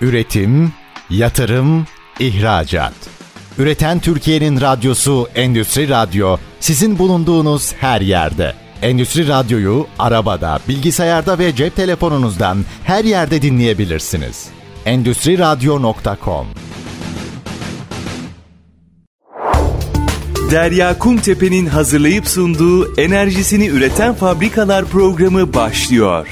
Üretim, yatırım, ihracat. Üreten Türkiye'nin radyosu Endüstri Radyo, sizin bulunduğunuz her yerde. Endüstri Radyo'yu arabada, bilgisayarda ve cep telefonunuzdan her yerde dinleyebilirsiniz. Endüstriradyo.com. Derya Kumtepe'nin hazırlayıp sunduğu Enerjisini Üreten Fabrikalar programı başlıyor.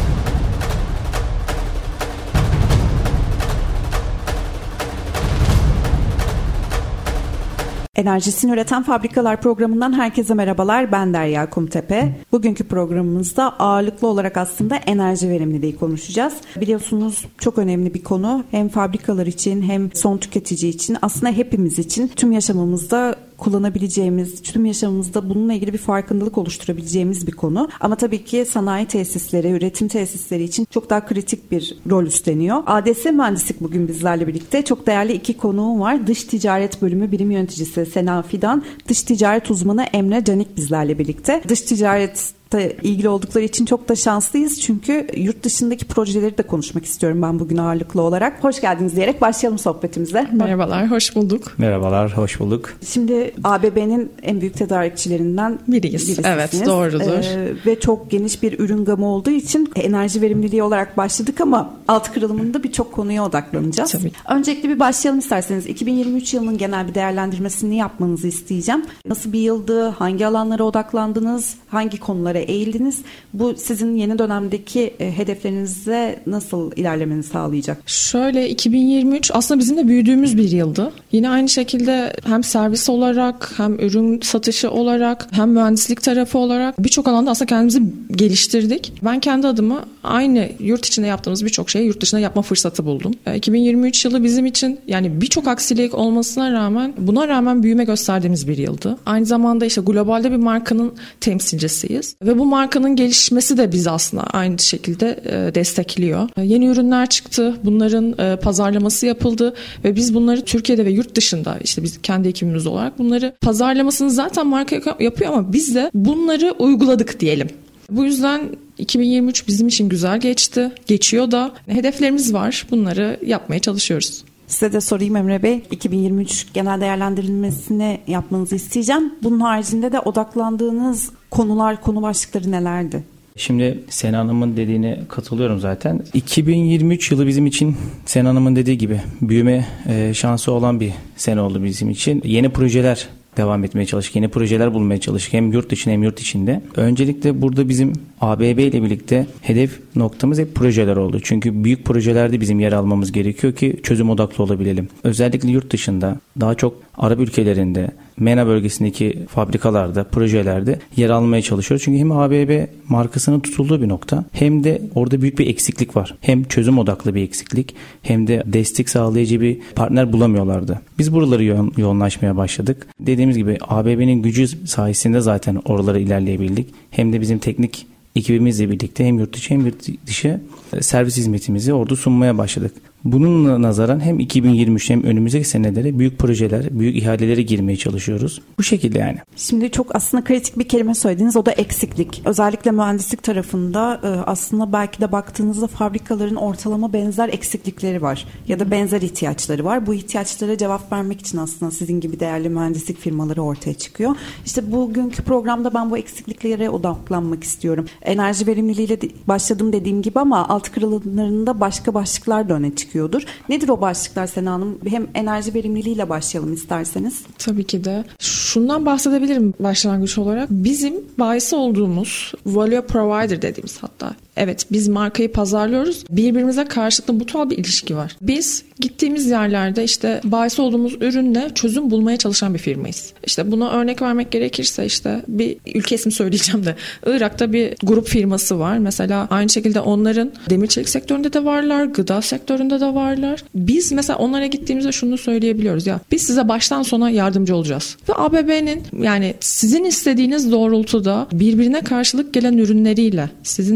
Enerjisini Üreten Fabrikalar programından herkese merhabalar. Ben Derya Kumtepe. Bugünkü programımızda ağırlıklı olarak aslında enerji verimliliği konuşacağız. Biliyorsunuz çok önemli bir konu. Hem fabrikalar için hem son tüketici için, aslında hepimiz için tüm yaşamımızda kullanabileceğimiz, tüm yaşamımızda bununla ilgili bir farkındalık oluşturabileceğimiz bir konu. Ama tabii ki sanayi tesisleri, üretim tesisleri için çok daha kritik bir rol üstleniyor. ADS Mühendislik bugün bizlerle birlikte. Çok değerli iki konuğum var. Dış Ticaret Bölümü Birim Yöneticisi Sena Fidan, Dış Ticaret Uzmanı Emre Canik bizlerle birlikte. Dış ticaret ilgili oldukları için çok da şanslıyız. Çünkü yurt dışındaki projeleri de konuşmak istiyorum ben bugün ağırlıklı olarak. Hoş geldiniz diyerek başlayalım sohbetimize. Merhabalar, hoş bulduk. Merhabalar, hoş bulduk. Şimdi ABB'nin en büyük tedarikçilerinden birisiniz. Evet, doğrudur. Ve çok geniş bir ürün gamı olduğu için enerji verimliliği olarak başladık ama alt kırılımında birçok konuya odaklanacağız. Tabii. Öncelikle bir başlayalım isterseniz. 2023 yılının genel bir değerlendirmesini yapmanızı isteyeceğim. Nasıl bir yıldı? Hangi alanlara odaklandınız? Hangi konulara eğildiniz? Bu sizin yeni dönemdeki hedeflerinize nasıl ilerlemeni sağlayacak? Şöyle, 2023 aslında bizim de büyüdüğümüz bir yıldı. Yine aynı şekilde hem servis olarak, hem ürün satışı olarak, hem mühendislik tarafı olarak birçok alanda aslında kendimizi geliştirdik. Ben kendi adıma aynı yurt içinde yaptığımız birçok şeyi yurt dışında yapma fırsatı buldum. 2023 yılı bizim için yani birçok aksilik olmasına rağmen, buna rağmen büyüme gösterdiğimiz bir yıldı. Aynı zamanda işte globalde bir markanın temsilcisiyiz. Ve bu markanın gelişmesi de bizi aslında aynı şekilde destekliyor. Yeni ürünler çıktı. Bunların pazarlaması yapıldı ve biz bunları Türkiye'de ve yurt dışında, işte biz kendi ekibimiz olarak bunları pazarlamasını zaten marka yapıyor ama biz de bunları uyguladık diyelim. Bu yüzden 2023 bizim için güzel geçti. Geçiyor da. Hedeflerimiz var. Bunları yapmaya çalışıyoruz. Size de sorayım Emre Bey. 2023 genel değerlendirilmesini yapmanızı isteyeceğim. Bunun haricinde de odaklandığınız konular, konu başlıkları nelerdi? Şimdi Sena Hanım'ın dediğine katılıyorum zaten. 2023 yılı bizim için Sena Hanım'ın dediği gibi büyüme şansı olan bir sene oldu bizim için. Yeni projeler devam etmeye çalıştık. Yeni projeler bulmaya çalıştık. Hem yurt dışı hem yurt içinde. Öncelikle burada bizim ABB ile birlikte hedef noktamız hep projeler oldu. Çünkü büyük projelerde bizim yer almamız gerekiyor ki çözüm odaklı olabilelim. Özellikle yurt dışında, daha çok Arap ülkelerinde, MENA bölgesindeki fabrikalarda, projelerde yer almaya çalışıyoruz. Çünkü hem ABB markasının tutulduğu bir nokta, hem de orada büyük bir eksiklik var. Hem çözüm odaklı bir eksiklik, hem de destek sağlayıcı bir partner bulamıyorlardı. Biz buraları yoğunlaşmaya başladık. Dediğimiz gibi ABB'nin gücü sayesinde zaten oralara ilerleyebildik. Hem de bizim teknik ekibimizle birlikte hem yurt dışı hem yurt dışı servis hizmetimizi orada sunmaya başladık. Bununla nazaran hem 2023 hem önümüzdeki senelere büyük projeler, büyük ihalelere girmeye çalışıyoruz. Bu şekilde yani. Şimdi çok aslında kritik bir kelime söylediniz. O da eksiklik. Özellikle mühendislik tarafında aslında belki de baktığınızda fabrikaların ortalama benzer eksiklikleri var. Ya da benzer ihtiyaçları var. Bu ihtiyaçlara cevap vermek için aslında sizin gibi değerli mühendislik firmaları ortaya çıkıyor. İşte bugünkü programda ben bu eksikliklere odaklanmak istiyorum. Enerji verimliliğiyle başladım dediğim gibi ama alt kırılımlarında başka başlıklar da öne çıkıyor. Nedir o başlıklar Sena Hanım? Hem enerji verimliliğiyle başlayalım isterseniz. Tabii ki de. Şundan bahsedebilirim başlangıç olarak. Bizim bahis olduğumuz value provider dediğimiz hatta. Evet, biz markayı pazarlıyoruz. Birbirimize karşılıklı mutual bir ilişki var. Biz gittiğimiz yerlerde işte bahis olduğumuz ürünle çözüm bulmaya çalışan bir firmayız. İşte buna örnek vermek gerekirse işte bir ülke ismi söyleyeceğim de Irak'ta bir grup firması var. Mesela aynı şekilde onların demir çelik sektöründe de varlar, gıda sektöründe de varlar. Biz mesela onlara gittiğimizde şunu söyleyebiliyoruz ya. Biz size baştan sona yardımcı olacağız. Ve ABB'nin yani sizin istediğiniz doğrultuda birbirine karşılık gelen ürünleriyle, sizin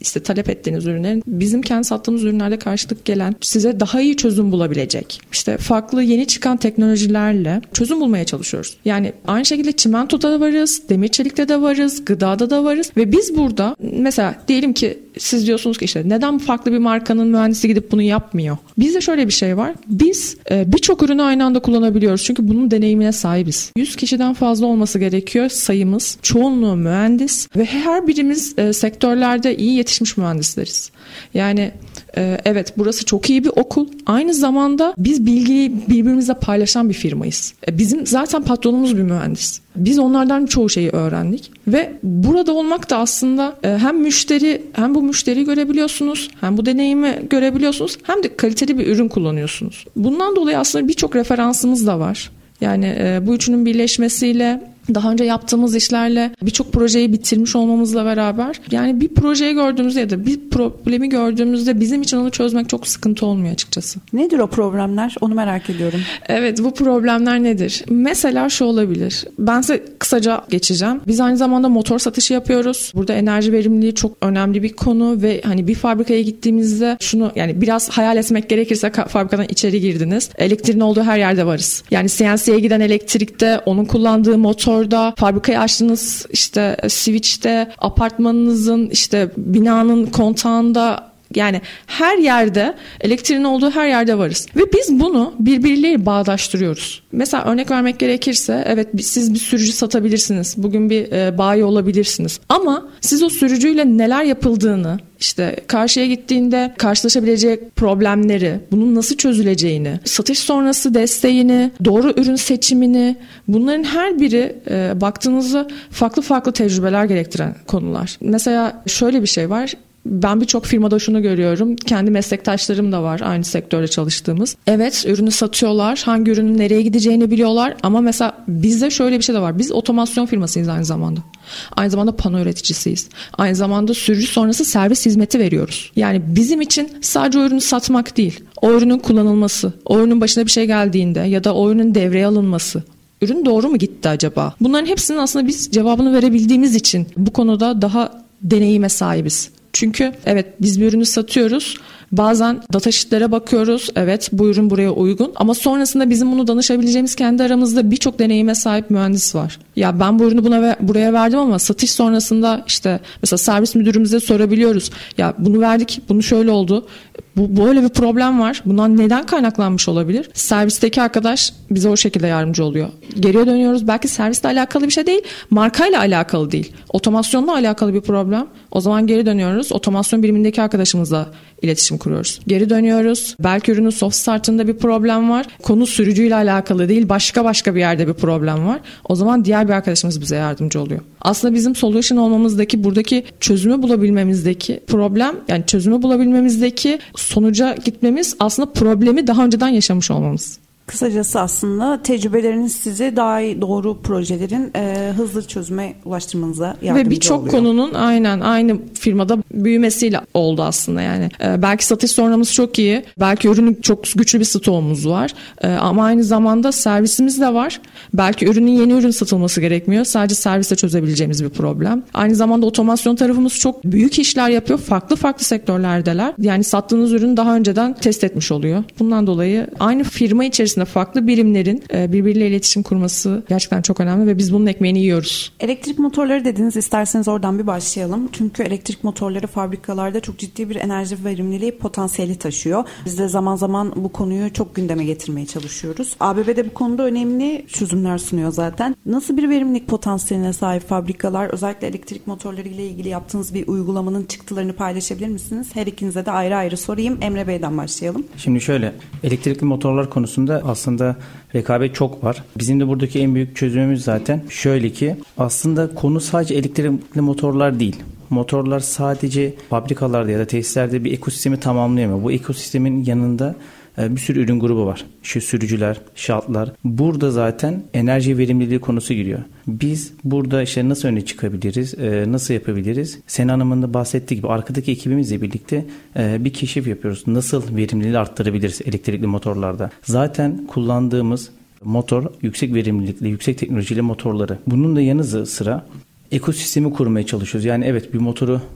işte talep ettiğiniz ürünlerin bizim kendi sattığımız ürünlerde karşılık gelen, size daha iyi çözüm bulabilecek, işte farklı yeni çıkan teknolojilerle çözüm bulmaya çalışıyoruz. Yani aynı şekilde çimentoda da varız, demir çelikte de varız, gıdada da varız ve biz burada mesela diyelim ki siz diyorsunuz ki işte neden farklı bir markanın mühendisi gidip bunu yapmıyor? Bizde şöyle bir şey var. Biz birçok ürünü aynı anda kullanabiliyoruz. Çünkü bunun deneyimine sahibiz. 100 kişiden fazla olması gerekiyor sayımız. Çoğunluğu mühendis ve her birimiz sektörlerde iyi yetişmiş mühendisleriz. Yani evet, burası çok iyi bir okul. Aynı zamanda biz bilgiyi birbirimizle paylaşan bir firmayız. Bizim zaten patronumuz bir mühendis. Biz onlardan çoğu şeyi öğrendik ve burada olmak da aslında hem bu müşteriyi görebiliyorsunuz, hem bu deneyimi görebiliyorsunuz, hem de kaliteli bir ürün kullanıyorsunuz. Bundan dolayı aslında birçok referansımız da var. Yani bu üçünün birleşmesiyle, daha önce yaptığımız işlerle, birçok projeyi bitirmiş olmamızla beraber, yani bir projeyi gördüğümüzde ya da bir problemi gördüğümüzde bizim için onu çözmek çok sıkıntı olmuyor açıkçası. Nedir o problemler? Onu merak ediyorum. Evet, bu problemler nedir? Mesela şu olabilir. Ben size kısaca geçeceğim. Biz aynı zamanda motor satışı yapıyoruz. Burada enerji verimliliği çok önemli bir konu ve hani bir fabrikaya gittiğimizde şunu, yani biraz hayal etmek gerekirse fabrikadan içeri girdiniz. Elektriğin olduğu her yerde varız. Yani CNC'ye giden elektrikte, onun kullandığı motor, orada fabrikayı açtığınız işte switch'te, apartmanınızın işte binanın kontağında, yani her yerde, elektriğin olduğu her yerde varız. Ve biz bunu birbirleriyle bağdaştırıyoruz. Mesela örnek vermek gerekirse, evet siz bir sürücü satabilirsiniz. Bugün bir bayi olabilirsiniz. Ama siz o sürücüyle neler yapıldığını, işte karşıya gittiğinde karşılaşabilecek problemleri, bunun nasıl çözüleceğini, satış sonrası desteğini, doğru ürün seçimini, bunların her biri baktığınızda farklı farklı tecrübeler gerektiren konular. Mesela şöyle bir şey var. Ben birçok firmada şunu görüyorum. Kendi meslektaşlarım da var aynı sektörde çalıştığımız. Evet, ürünü satıyorlar. Hangi ürünün nereye gideceğini biliyorlar. Ama mesela bizde şöyle bir şey de var. Biz otomasyon firmasıyız aynı zamanda. Aynı zamanda pano üreticisiyiz. Aynı zamanda sürücü sonrası servis hizmeti veriyoruz. Yani bizim için sadece o ürünü satmak değil, o ürünün kullanılması, o ürünün başına bir şey geldiğinde ya da o ürünün devreye alınması. Ürün doğru mu gitti acaba? Bunların hepsinin aslında biz cevabını verebildiğimiz için bu konuda daha deneyime sahibiz. Çünkü evet, biz bir ürünü satıyoruz. Bazen datasheetlere bakıyoruz. Evet, bu ürün buraya uygun. Ama sonrasında bizim bunu danışabileceğimiz kendi aramızda birçok deneyime sahip mühendis var. Ya ben bu ürünü buraya verdim ama satış sonrasında işte mesela servis müdürümüze sorabiliyoruz. Ya bunu verdik, bunu şöyle oldu. Bu böyle bir problem var. Bundan neden kaynaklanmış olabilir? Servisteki arkadaş bize o şekilde yardımcı oluyor. Geriye dönüyoruz. Belki servisle alakalı bir şey değil, markayla alakalı değil, otomasyonla alakalı bir problem. O zaman geri dönüyoruz. Otomasyon birimindeki arkadaşımızla iletişim kuruyoruz. Geri dönüyoruz. Belki ürünün soft startında bir problem var. Konu sürücüyle alakalı değil, başka bir yerde bir problem var. O zaman diğer bir arkadaşımız bize yardımcı oluyor. Aslında bizim solution olmamızdaki, buradaki çözümü bulabilmemizdeki problem, yani çözümü bulabilmemizdeki sonuca gitmemiz aslında problemi daha önceden yaşamış olmamız. Kısacası aslında tecrübeleriniz sizi daha iyi, doğru projelerin hızlı çözüme ulaştırmanıza yardımcı oluyor. Ve birçok konunun aynı firmada büyümesiyle oldu aslında yani. Belki satış sonramız çok iyi, belki ürünün çok güçlü bir stoğumuz var ama aynı zamanda servisimiz de var. Belki ürünün yeni ürün satılması gerekmiyor, sadece serviste çözebileceğimiz bir problem. Aynı zamanda otomasyon tarafımız çok büyük işler yapıyor, farklı sektörlerdeler. Yani sattığınız ürünü daha önceden test etmiş oluyor. Bundan dolayı aynı firma içerisinde farklı birimlerin birbiriyle iletişim kurması gerçekten çok önemli ve biz bunun ekmeğini yiyoruz. Elektrik motorları dediniz, isterseniz oradan bir başlayalım. Çünkü elektrik motorları fabrikalarda çok ciddi bir enerji verimliliği potansiyeli taşıyor. Biz de zaman zaman bu konuyu çok gündeme getirmeye çalışıyoruz. ABB'de bu konuda önemli çözümler sunuyor zaten. Nasıl bir verimlilik potansiyeline sahip fabrikalar? Özellikle elektrik motorları ile ilgili yaptığınız bir uygulamanın çıktılarını paylaşabilir misiniz? Her ikinize de ayrı ayrı sorayım. Emre Bey'den başlayalım. Şimdi şöyle, elektrikli motorlar konusunda aslında rekabet çok var. Bizim de buradaki en büyük çözümümüz zaten şöyle ki, aslında konu sadece elektrikli motorlar değil. Motorlar sadece fabrikalarda ya da tesislerde bir ekosistemi tamamlayamıyor. Bu ekosistemin yanında bir sürü ürün grubu var. Şu sürücüler, şaltlar. Burada zaten enerji verimliliği konusu giriyor. Biz burada işte nasıl öne çıkabiliriz, nasıl yapabiliriz? Sena Hanım'ın da bahsettiği gibi arkadaki ekibimizle birlikte bir keşif yapıyoruz. Nasıl verimliliği arttırabiliriz elektrikli motorlarda? Zaten kullandığımız motor yüksek verimlilikli, yüksek teknolojili motorları. Bunun da yanı sıra ekosistemi kurmaya çalışıyoruz. Yani evet, bir motoru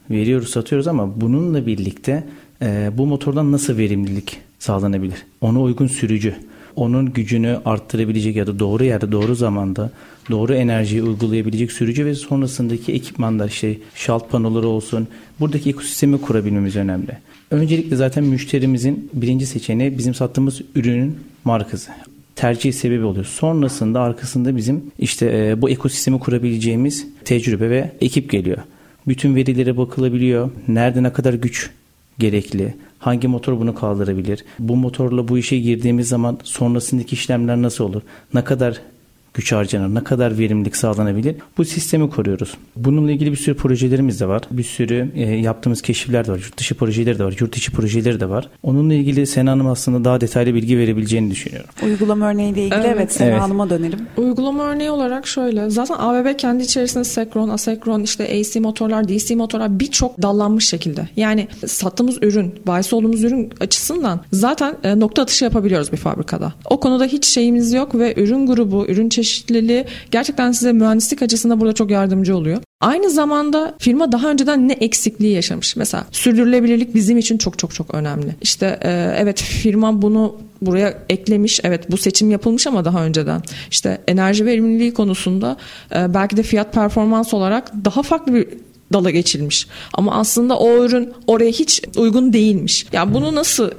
veriyoruz, satıyoruz ama bununla birlikte bu motordan nasıl verimlilik sağlanabilir? Ona uygun sürücü, onun gücünü arttırabilecek ya da doğru yerde, doğru zamanda, doğru enerjiyi uygulayabilecek sürücü ve sonrasındaki ekipmanlar, şalt panoları olsun, buradaki ekosistemi kurabilmemiz önemli. Öncelikle zaten müşterimizin birinci seçeneği bizim sattığımız ürünün markası. Tercih sebebi oluyor. Sonrasında arkasında bizim bu ekosistemi kurabileceğimiz tecrübe ve ekip geliyor. Bütün verilere bakılabiliyor. Nerede ne kadar güç gerekli? Hangi motor bunu kaldırabilir? Bu motorla bu işe girdiğimiz zaman sonrasındaki işlemler nasıl olur? Ne kadar güç harcanır, ne kadar verimlilik sağlanabilir? Bu sistemi kuruyoruz. Bununla ilgili bir sürü projelerimiz de var. Bir sürü yaptığımız keşifler de var. Yurt dışı projeleri de var. Yurt içi projeleri de var. Onunla ilgili Sena Hanım aslında daha detaylı bilgi verebileceğini düşünüyorum. Uygulama örneğiyle ilgili Sena Hanım'a dönelim. Uygulama örneği olarak şöyle. Zaten ABB kendi içerisinde sekron, asekron, AC motorlar, DC motorlar birçok dallanmış şekilde. Yani sattığımız ürün, bahis olduğumuz ürün açısından zaten nokta atışı yapabiliyoruz bir fabrikada. O konuda hiç şeyimiz yok ve ürün grubu, ürün çeşitliliği gerçekten size mühendislik açısından burada çok yardımcı oluyor. Aynı zamanda firma daha önceden ne eksikliği yaşamış? Mesela sürdürülebilirlik bizim için çok çok çok önemli. Evet, firma bunu buraya eklemiş. Evet, bu seçim yapılmış ama daha önceden. Enerji verimliliği konusunda belki de fiyat performans olarak daha farklı bir dala geçilmiş. Ama aslında o ürün oraya hiç uygun değilmiş. Yani bunu nasıl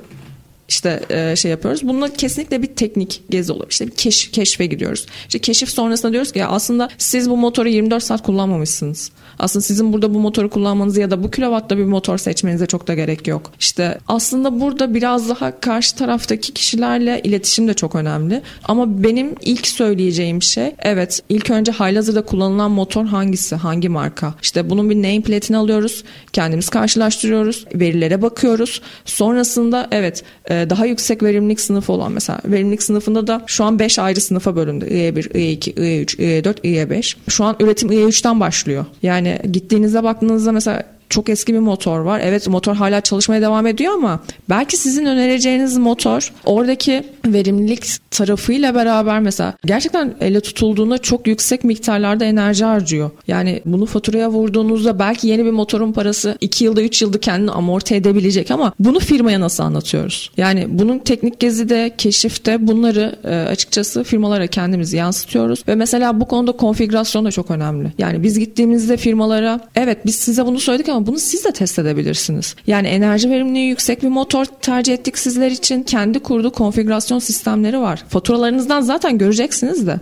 yapıyoruz. Bununla kesinlikle bir teknik gezi olur. Bir keşfe gidiyoruz. Keşif sonrasında diyoruz ki aslında siz bu motoru 24 saat kullanmamışsınız. Aslında sizin burada bu motoru kullanmanızı ya da bu kilovatla bir motor seçmenize çok da gerek yok. Aslında burada biraz daha karşı taraftaki kişilerle iletişim de çok önemli. Ama benim ilk söyleyeceğim şey, evet, ilk önce halihazırda kullanılan motor hangisi, hangi marka? Bunun bir nameplate'ini alıyoruz. Kendimiz karşılaştırıyoruz. Verilere bakıyoruz. Sonrasında daha yüksek verimlilik sınıfı olan, mesela verimlilik sınıfında da şu an 5 ayrı sınıfa bölündü. IE1, IE2, IE3, IE4, IE5. Şu an üretim IE3'ten başlıyor. Yani gittiğinizde baktığınızda mesela çok eski bir motor var. Evet, motor hala çalışmaya devam ediyor ama belki sizin önereceğiniz motor oradaki verimlilik tarafıyla beraber mesela gerçekten elle tutulduğunda çok yüksek miktarlarda enerji harcıyor. Yani bunu faturaya vurduğunuzda belki yeni bir motorun parası 2 yılda 3 yılda kendini amorti edebilecek ama bunu firmaya nasıl anlatıyoruz? Yani bunun teknik gezide, keşifte bunları açıkçası firmalara kendimiz yansıtıyoruz ve mesela bu konuda konfigürasyon da çok önemli. Yani biz gittiğimizde firmalara evet biz size bunu söyledik ama bunu siz de test edebilirsiniz. Yani enerji verimliliği yüksek bir motor tercih ettik sizler için. Kendi kurduğu konfigürasyon sistemleri var. Faturalarınızdan zaten göreceksiniz de.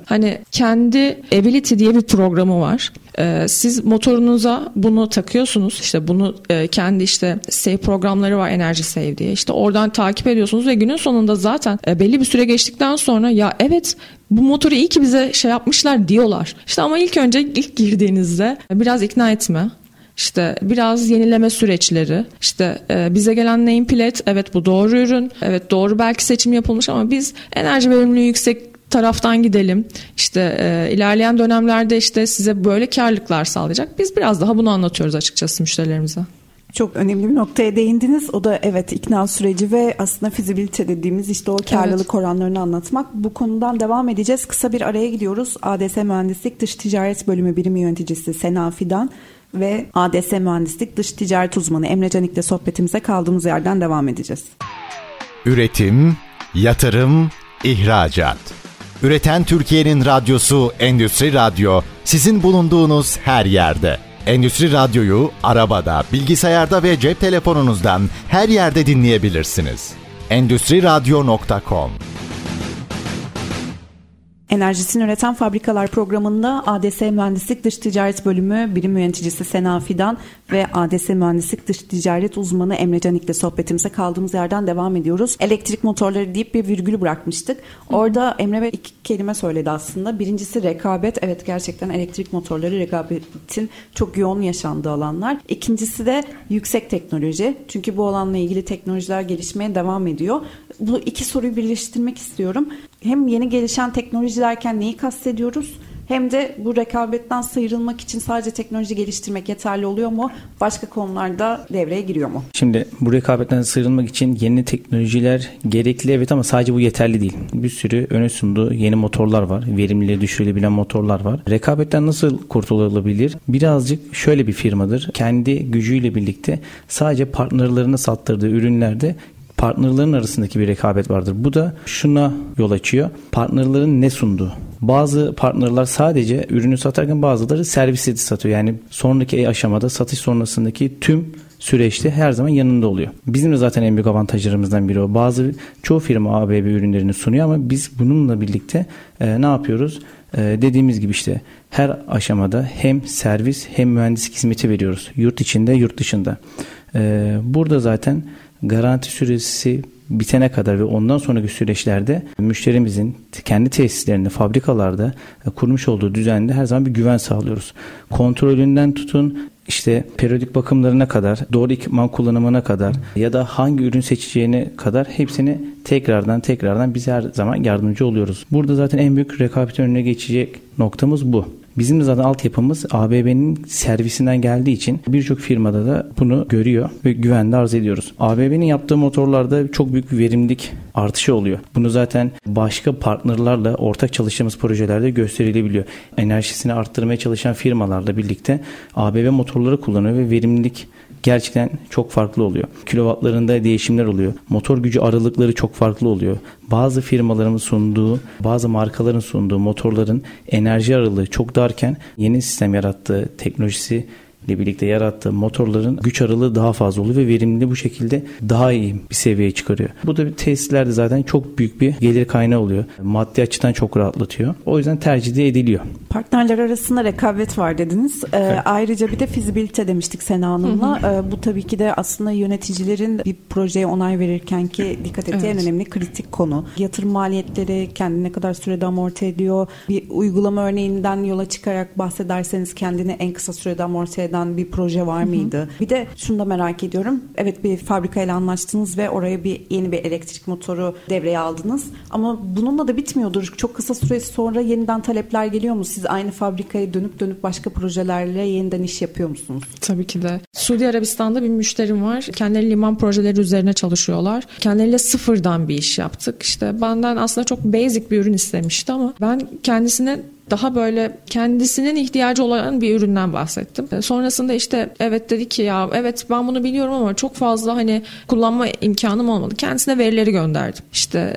Kendi Ability diye bir programı var. Siz motorunuza bunu takıyorsunuz. Bunu kendi save programları var, enerji save diye. Oradan takip ediyorsunuz ve günün sonunda zaten belli bir süre geçtikten sonra ya evet bu motoru iyi ki bize yapmışlar diyorlar. Ama ilk önce girdiğinizde biraz ikna etme. Biraz yenileme süreçleri, bize gelen nameplate, evet bu doğru ürün, evet doğru belki seçim yapılmış ama biz enerji verimliliği yüksek taraftan gidelim. İlerleyen dönemlerde size böyle karlılıklar sağlayacak. Biz biraz daha bunu anlatıyoruz açıkçası müşterilerimize. Çok önemli bir noktaya değindiniz. O da evet ikna süreci ve aslında fizibilite dediğimiz o karlılık oranlarını anlatmak. Bu konudan devam edeceğiz. Kısa bir araya gidiyoruz. ADS Mühendislik Dış Ticaret Bölümü Birim Yöneticisi Sena Fidan ve ADS Mühendislik Dış Ticaret Uzmanı Emre Canik'le sohbetimize kaldığımız yerden devam edeceğiz. Üretim, yatırım, ihracat. Üreten Türkiye'nin radyosu Endüstri Radyo sizin bulunduğunuz her yerde. Endüstri Radyo'yu arabada, bilgisayarda ve cep telefonunuzdan her yerde dinleyebilirsiniz. Endüstriradyo.com. Enerjisini Üreten Fabrikalar programında ADS Mühendislik Dış Ticaret Bölümü Birim Yöneticisi Sena Fidan ve ADS Mühendislik Dış Ticaret Uzmanı Emre Canik'le sohbetimize kaldığımız yerden devam ediyoruz. Elektrik motorları deyip bir virgül bırakmıştık. Orada Emre Bey 2 kelime söyledi aslında. Birincisi rekabet. Evet, gerçekten elektrik motorları rekabetin çok yoğun yaşandığı alanlar. İkincisi de yüksek teknoloji. Çünkü bu alanla ilgili teknolojiler gelişmeye devam ediyor. Bu iki soruyu birleştirmek istiyorum. Hem yeni gelişen teknoloji derken neyi kastediyoruz? hem de bu rekabetten sıyrılmak için sadece teknoloji geliştirmek yeterli oluyor mu? Başka konularda devreye giriyor mu? Şimdi bu rekabetten sıyrılmak için yeni teknolojiler gerekli, evet, ama sadece bu yeterli değil. Bir sürü öne sunduğu yeni motorlar var. Verimliliği düşürülebilen motorlar var. Rekabetten nasıl kurtulabilir? Birazcık şöyle bir firmadır. Kendi gücüyle birlikte sadece partnerlerine sattırdığı ürünlerde partnerlerin arasındaki bir rekabet vardır. Bu da şuna yol açıyor. Partnerlerin ne sunduğu. Bazı partnerler sadece ürünü satarken bazıları servis satıyor. Yani sonraki aşamada, satış sonrasındaki tüm süreçte her zaman yanında oluyor. Bizim de zaten en büyük avantajlarımızdan biri o. Çoğu firma ABB ürünlerini sunuyor ama biz bununla birlikte ne yapıyoruz? Dediğimiz gibi işte her aşamada hem servis hem mühendislik hizmeti veriyoruz. Yurt içinde, yurt dışında. Burada zaten garanti süresi bitene kadar ve ondan sonraki süreçlerde müşterimizin kendi tesislerinde, fabrikalarda kurmuş olduğu düzende her zaman bir güven sağlıyoruz. Kontrolünden tutun, işte periyodik bakımlarına kadar, doğru ekipman kullanımına kadar ya da hangi ürün seçeceğine kadar hepsini tekrardan biz her zaman yardımcı oluyoruz. Burada zaten en büyük rekabetin önüne geçecek noktamız bu. Bizim de zaten altyapımız ABB'nin servisinden geldiği için birçok firmada da bunu görüyor ve güvenle arz ediyoruz. ABB'nin yaptığı motorlarda çok büyük bir verimlilik artışı oluyor. Bunu zaten başka partnerlerle ortak çalıştığımız projelerde gösterilebiliyor. Enerjisini arttırmaya çalışan firmalarla birlikte ABB motorları kullanıyor ve verimlilik gerçekten çok farklı oluyor. Kilovatlarında değişimler oluyor. Motor gücü aralıkları çok farklı oluyor. Bazı firmaların sunduğu, bazı markaların sunduğu motorların enerji aralığı çok darken yeni sistem yarattığı teknolojisi ile birlikte yarattığı motorların güç aralığı daha fazla oluyor ve verimliliği bu şekilde daha iyi bir seviyeye çıkarıyor. Bu da tesislerde zaten çok büyük bir gelir kaynağı oluyor. Maddi açıdan çok rahatlatıyor. O yüzden tercih de ediliyor. Partnerler arasında rekabet var dediniz. Evet. Ayrıca bir de fizibilite demiştik Sena Hanım'la. Bu tabii ki de aslında yöneticilerin bir projeye onay verirken ki dikkat ettiği en önemli kritik konu. Yatırım maliyetleri kendine ne kadar sürede amorti ediyor? Bir uygulama örneğinden yola çıkarak bahsederseniz kendini en kısa sürede amorti eden bir proje var mıydı? Bir de şunu da merak ediyorum. Evet, bir fabrikayla anlaştınız ve oraya yeni bir elektrik motoru devreye aldınız. Ama bununla da bitmiyordur. Çok kısa süre sonra yeniden talepler geliyor mu? Siz aynı fabrikaya dönüp başka projelerle yeniden iş yapıyor musunuz? Tabii ki de. Suudi Arabistan'da bir müşterim var. Kendileri liman projeleri üzerine çalışıyorlar. Kendileriyle sıfırdan bir iş yaptık. İşte benden aslında çok basic bir ürün istemişti ama ben kendisine daha böyle kendisinin ihtiyacı olan bir üründen bahsettim. Sonrasında işte evet dedi ki ya evet ben bunu biliyorum ama çok fazla hani kullanma imkanım olmadı. Kendisine verileri gönderdim. İşte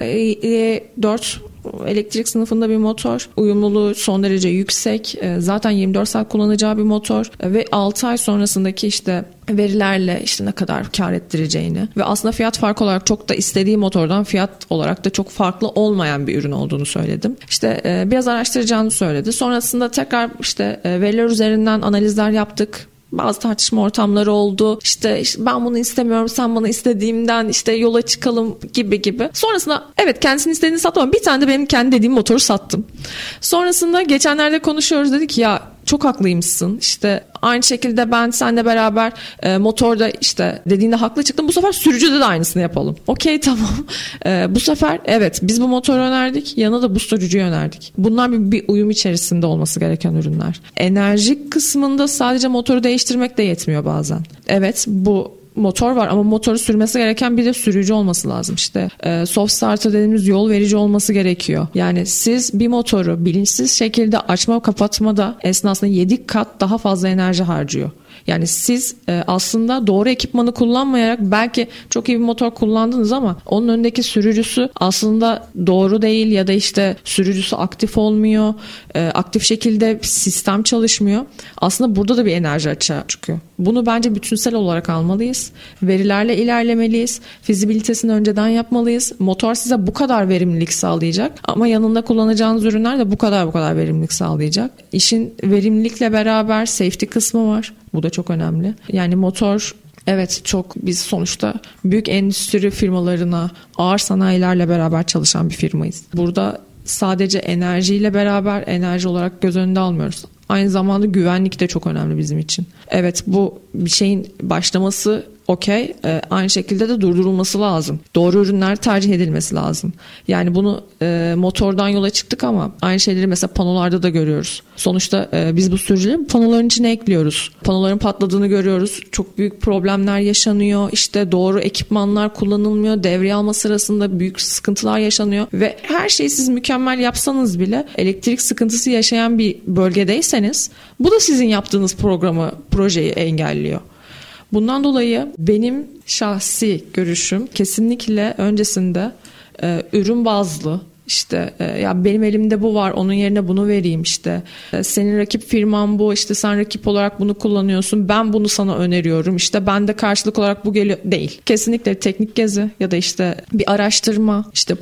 4 elektrik sınıfında bir motor. Uyumluluğu son derece yüksek. Zaten 24 saat kullanacağı bir motor ve 6 ay sonrasındaki işte verilerle işte ne kadar kar ettireceğini ve aslında fiyat farkı olarak çok da istediği motordan fiyat olarak da çok farklı olmayan bir ürün olduğunu söyledim. İşte biraz araştıracağını söyledi. Sonrasında tekrar işte veriler üzerinden analizler yaptık. Bazı tartışma ortamları oldu. İşte ben bunu istemiyorum, sen bana istediğimden işte yola çıkalım gibi. Sonrasında evet kendisinin istediğini sattım ama bir tane de benim kendi dediğim motoru sattım. Sonrasında geçenlerde konuşuyoruz, dedi ki ya çok haklıymışsın. İşte aynı şekilde ben seninle beraber motorda işte dediğinde haklı çıktım. Bu sefer sürücüde de aynısını yapalım. Okey, tamam. Bu sefer evet biz bu motoru önerdik. Yanına da bu sürücüyü önerdik. Bunlar bir uyum içerisinde olması gereken ürünler. Enerji kısmında sadece motoru değiştirmek de yetmiyor bazen. Evet, bu motor var ama motoru sürmesi gereken bir de sürücü olması lazım. İşte soft starter dediğimiz yol verici olması gerekiyor. Yani siz bir motoru bilinçsiz şekilde açma kapatmada esnasında 7 kat daha fazla enerji harcıyor. Yani siz aslında doğru ekipmanı kullanmayarak belki çok iyi bir motor kullandınız ama onun önündeki sürücüsü aslında doğru değil ya da işte sürücüsü aktif olmuyor. Aktif şekilde sistem çalışmıyor. Aslında burada da bir enerji açığa çıkıyor. Bunu bence bütünsel olarak almalıyız. Verilerle ilerlemeliyiz. Fizibilitesini önceden yapmalıyız. Motor size bu kadar verimlilik sağlayacak ama yanında kullanacağınız ürünler de bu kadar verimlilik sağlayacak. İşin verimlilikle beraber safety kısmı var. Bu da çok önemli. Yani motor, evet, çok biz sonuçta büyük endüstri firmalarına, ağır sanayilerle beraber çalışan bir firmayız. Burada sadece enerjiyle beraber enerji olarak göz önünde almıyoruz. Aynı zamanda güvenlik de çok önemli bizim için. Evet, bu bir şeyin başlaması okey. Aynı şekilde de durdurulması lazım. Doğru ürünler tercih edilmesi lazım. Yani bunu motordan yola çıktık ama aynı şeyleri mesela panolarda da görüyoruz. Sonuçta biz bu sürücüleri panoların içine ekliyoruz. Panoların patladığını görüyoruz. Çok büyük problemler yaşanıyor. İşte doğru ekipmanlar kullanılmıyor. Devreye alma sırasında büyük sıkıntılar yaşanıyor. Ve her şeyi siz mükemmel yapsanız bile elektrik sıkıntısı yaşayan bir bölgedeyseniz bu da sizin yaptığınız projeyi engelliyor. Bundan dolayı benim şahsi görüşüm kesinlikle öncesinde ürün bazlı, İşte ya benim elimde bu var, onun yerine bunu vereyim, işte senin rakip firman bu, işte sen rakip olarak bunu kullanıyorsun, ben bunu sana öneriyorum, işte ben de karşılık olarak bu geliyor değil. Kesinlikle teknik gezi ya da işte bir araştırma, işte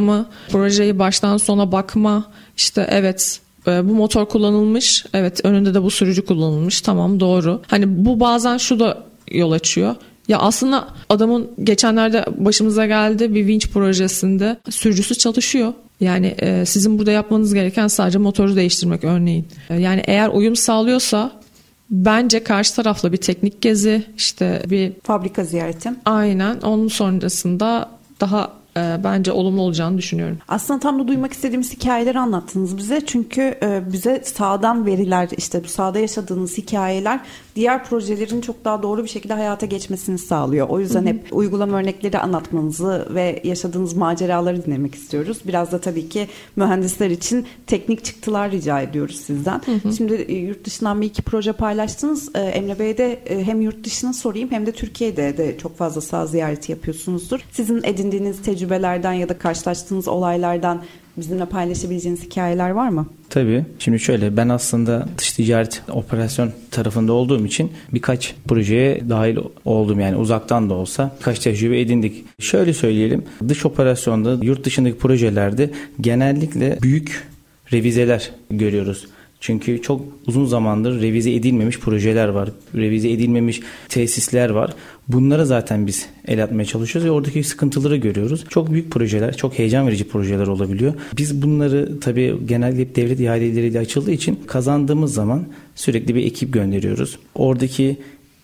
projeyi baştan sona bakma, işte evet bu motor kullanılmış, evet önünde de bu sürücü kullanılmış, tamam doğru. Hani bu bazen şu da yol açıyor. Ya aslında adamın geçenlerde başımıza geldi, bir vinç projesinde sürücüsü çalışıyor. Yani sizin burada yapmanız gereken sadece motoru değiştirmek örneğin. Yani eğer uyum sağlıyorsa bence karşı tarafla bir teknik gezi, işte bir fabrika ziyareti. Aynen, onun sonrasında daha bence olumlu olacağını düşünüyorum. Aslında tam da duymak istediğimiz hikayeleri anlattınız bize. Çünkü bize sahadan veriler, işte bu sahada yaşadığınız hikayeler diğer projelerin çok daha doğru bir şekilde hayata geçmesini sağlıyor. O yüzden hep uygulama örnekleri anlatmanızı ve yaşadığınız maceraları dinlemek istiyoruz. Biraz da tabii ki mühendisler için teknik çıktılar rica ediyoruz sizden. Şimdi yurt dışından bir iki proje paylaştınız. Emre Bey'e de hem yurt dışına sorayım hem de Türkiye'de de çok fazla saha ziyareti yapıyorsunuzdur. Sizin edindiğiniz tecrübelerden ya da karşılaştığınız olaylardan bizimle paylaşabileceğiniz hikayeler var mı? Tabii. Şimdi şöyle, ben aslında dış ticaret operasyon tarafında olduğum için birkaç projeye dahil oldum. Yani uzaktan da olsa birkaç tecrübe edindik. Şöyle söyleyelim. Dış operasyonda, yurt dışındaki projelerde genellikle büyük revizeler görüyoruz. Çünkü çok uzun zamandır revize edilmemiş projeler var. Revize edilmemiş tesisler var. Bunlara zaten biz el atmaya çalışıyoruz ve oradaki sıkıntıları görüyoruz. Çok büyük projeler, çok heyecan verici projeler olabiliyor. Biz bunları tabii genelde devlet ihaleleriyle açıldığı için kazandığımız zaman sürekli bir ekip gönderiyoruz. Oradaki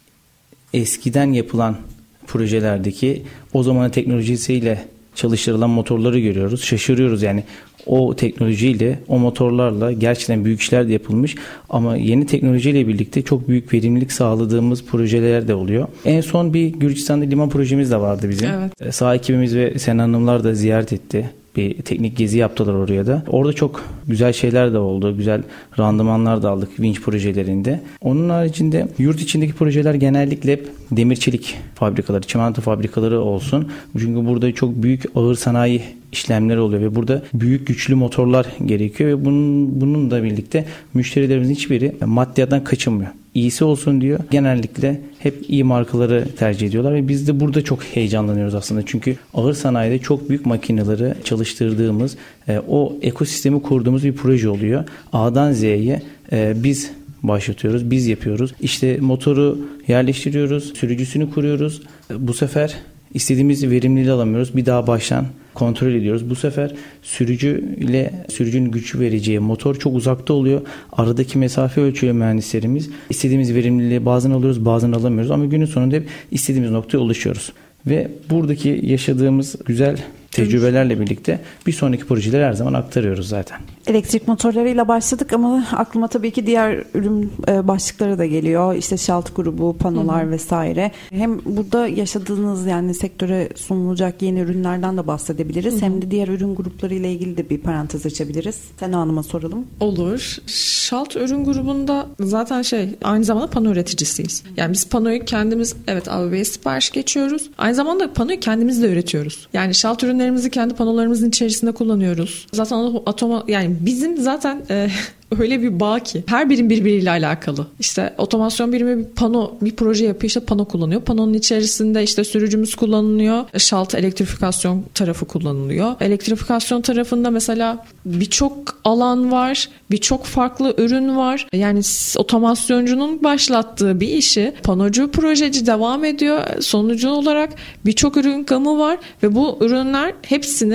eskiden yapılan projelerdeki o zamanın teknolojisiyle çalıştırılan motorları görüyoruz. Şaşırıyoruz yani. O teknolojiyle, o motorlarla gerçekten büyük işler de yapılmış ama yeni teknolojiyle birlikte çok büyük verimlilik sağladığımız projeler de oluyor. En son bir Gürcistan'da liman projemiz de vardı bizim. Evet. Saha ekibimiz ve Sena Hanımlar da ziyaret etti. Bir teknik gezi yaptılar oraya da. Orada çok güzel şeyler de oldu. Güzel randımanlar da aldık vinç projelerinde. Onun haricinde yurt içindeki projeler genellikle hep demir çelik fabrikaları, çimento fabrikaları olsun. Çünkü burada çok büyük ağır sanayi işlemleri oluyor ve burada büyük güçlü motorlar gerekiyor ve bunun da birlikte müşterilerimizin hiçbiri maddiyattan kaçınmıyor. İyisi olsun diyor. Genellikle hep iyi markaları tercih ediyorlar ve biz de burada çok heyecanlanıyoruz aslında. Çünkü ağır sanayide çok büyük makineleri çalıştırdığımız, o ekosistemi kurduğumuz bir proje oluyor. A'dan Z'ye biz başlatıyoruz, biz yapıyoruz. İşte motoru yerleştiriyoruz, sürücüsünü kuruyoruz. Bu sefer istediğimiz verimliliği alamıyoruz. Bir daha baştan kontrol ediyoruz. Bu sefer sürücü ile sürücünün güç vereceği motor çok uzakta oluyor. Aradaki mesafe ölçüyor mühendislerimiz. İstediğimiz verimliliği bazen alıyoruz, bazen alamıyoruz ama günün sonunda hep istediğimiz noktaya ulaşıyoruz. Ve buradaki yaşadığımız güzel tecrübelerle birlikte bir sonraki projeleri her zaman aktarıyoruz zaten. Elektrik motorlarıyla başladık ama aklıma tabii ki diğer ürün başlıkları da geliyor. İşte şalt grubu, panolar vesaire. Hem burada yaşadığınız yani sektöre sunulacak yeni ürünlerden de bahsedebiliriz. Hem de diğer ürün gruplarıyla ilgili de bir parantez açabiliriz. Sena Hanım'a soralım. Olur. Şalt ürün grubunda zaten aynı zamanda pano üreticisiyiz. Yani biz panoyu kendimiz ABB'ye sipariş geçiyoruz. Aynı zamanda panoyu kendimiz de üretiyoruz. Yani şalt ürünlerimizi kendi panolarımızın içerisinde kullanıyoruz. Zaten yani bizim zaten öyle bir bağ ki her birim birbiriyle alakalı. İşte otomasyon birimi bir proje yapıyor, işte pano kullanıyor. Panonun içerisinde işte sürücümüz kullanılıyor. Şalt elektrifikasyon tarafı kullanılıyor. Elektrifikasyon tarafında mesela birçok alan var, birçok farklı ürün var. Yani otomasyoncunun başlattığı bir işi panocu projeci devam ediyor. Sonucu olarak birçok ürün gamı var ve bu ürünler hepsini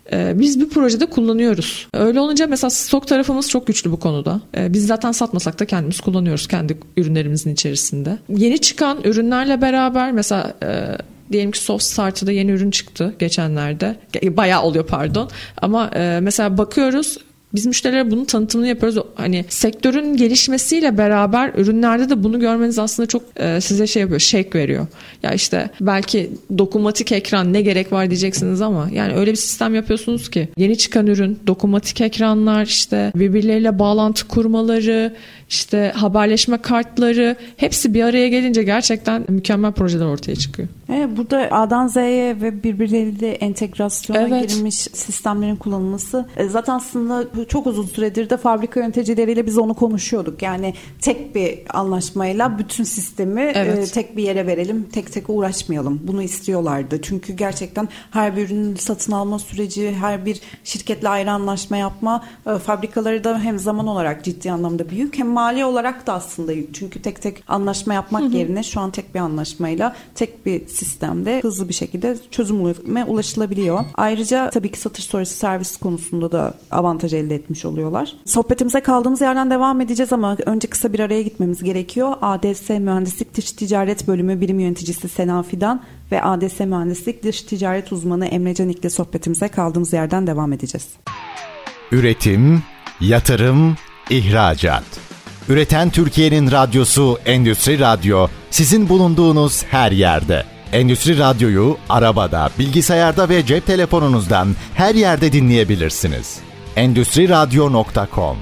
biz bir projede kullanıyoruz. Öyle olunca mesela stok tarafımız çok güçlü bu konuda. Biz zaten satmasak da kendimiz kullanıyoruz kendi ürünlerimizin içerisinde. Yeni çıkan ürünlerle beraber mesela diyelim ki Soft Starter'da yeni ürün çıktı geçenlerde. Bayağı oluyor pardon. Ama mesela bakıyoruz, biz müşterilere bunun tanıtımını yapıyoruz. Hani sektörün gelişmesiyle beraber ürünlerde de bunu görmeniz aslında çok size şey yapıyor, shake veriyor. Ya işte belki dokunmatik ekran ne gerek var diyeceksiniz ama yani öyle bir sistem yapıyorsunuz ki yeni çıkan ürün, dokunmatik ekranlar, işte birbirleriyle bağlantı kurmaları, işte haberleşme kartları, hepsi bir araya gelince gerçekten mükemmel projeler ortaya çıkıyor. Evet, burada A'dan Z'ye ve birbirleriyle entegrasyona girilmiş sistemlerin kullanılması zaten aslında çok uzun süredir de fabrika yöneticileriyle biz onu konuşuyorduk. Yani tek bir anlaşmayla bütün sistemi tek bir yere verelim, tek uğraşmayalım. Bunu istiyorlardı. Çünkü gerçekten her bir ürünün satın alma süreci, her bir şirketle ayrı anlaşma yapma fabrikaları da hem zaman olarak ciddi anlamda büyük, hem mali olarak da aslında yük. Çünkü tek anlaşma yapmak yerine şu an tek bir anlaşmayla, tek bir sistemde hızlı bir şekilde çözüme ulaşılabiliyor. Ayrıca tabii ki satış sonrası servis konusunda da avantaj elde etmiş oluyorlar. Sohbetimize kaldığımız yerden devam edeceğiz ama önce kısa bir araya gitmemiz gerekiyor. ADS Mühendislik Dış Ticaret Bölümü Birim Yöneticisi Sena Fidan ve ADS Mühendislik Dış Ticaret Uzmanı Emre Canik'le sohbetimize kaldığımız yerden devam edeceğiz. Üretim, yatırım, ihracat. Üreten Türkiye'nin radyosu Endüstri Radyo, sizin bulunduğunuz her yerde. Endüstri Radyo'yu arabada, bilgisayarda ve cep telefonunuzdan her yerde dinleyebilirsiniz. Endüstriradyo.com.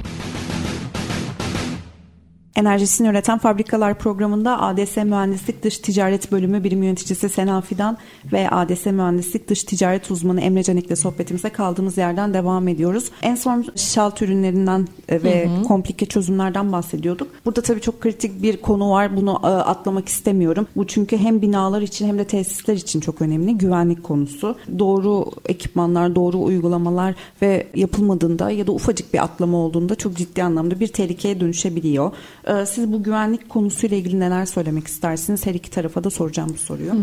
Enerjisini Üreten Fabrikalar programında ADS Mühendislik Dış Ticaret Bölümü Birim Yöneticisi Sena Fidan ve ADS Mühendislik Dış Ticaret Uzmanı Emre Canik'le sohbetimize kaldığımız yerden devam ediyoruz. En son şalt ürünlerinden ve komplike çözümlerden bahsediyorduk. Burada tabii çok kritik bir konu var. Bunu atlamak istemiyorum. Bu çünkü hem binalar için hem de tesisler için çok önemli. Güvenlik konusu. Doğru ekipmanlar, doğru uygulamalar ve yapılmadığında ya da ufacık bir atlama olduğunda çok ciddi anlamda bir tehlikeye dönüşebiliyor. Siz bu güvenlik konusuyla ilgili neler söylemek istersiniz? Her iki tarafa da soracağım bu soruyu.